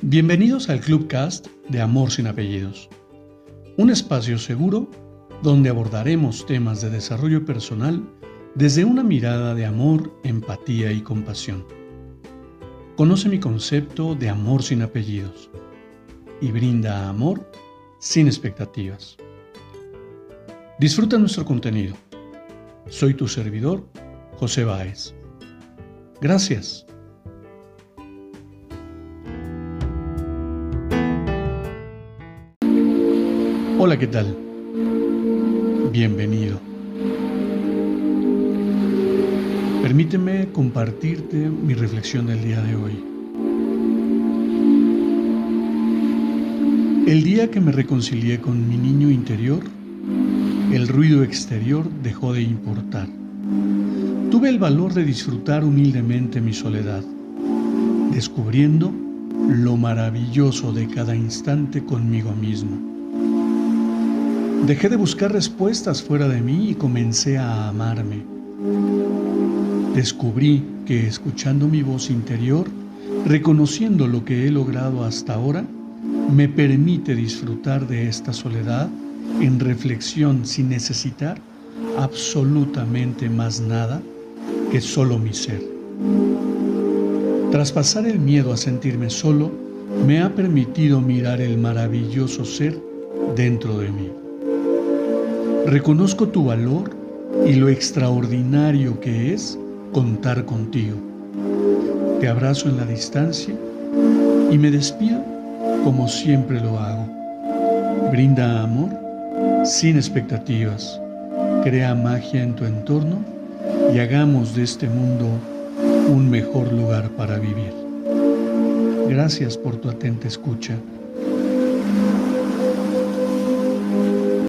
Bienvenidos al Clubcast de Amor sin Apellidos, un espacio seguro donde abordaremos temas de desarrollo personal desde una mirada de amor, empatía y compasión. Conoce mi concepto de amor sin apellidos y brinda amor sin expectativas. Disfruta nuestro contenido. Soy tu servidor, José Báez. Gracias. Hola, ¿qué tal? Bienvenido. Permíteme compartirte mi reflexión del día de hoy. El día que me reconcilié con mi niño interior, el ruido exterior dejó de importar. Tuve el valor de disfrutar humildemente mi soledad, descubriendo lo maravilloso de cada instante conmigo mismo. Dejé de buscar respuestas fuera de mí y comencé a amarme. Descubrí que escuchando mi voz interior, reconociendo lo que he logrado hasta ahora, me permite disfrutar de esta soledad en reflexión sin necesitar absolutamente más nada que solo mi ser. Traspasar el miedo a sentirme solo me ha permitido mirar el maravilloso ser dentro de mí. Reconozco tu valor y lo extraordinario que es contar contigo. Te abrazo en la distancia y me despido como siempre lo hago. Brinda amor sin expectativas. Crea magia en tu entorno y hagamos de este mundo un mejor lugar para vivir. Gracias por tu atenta escucha.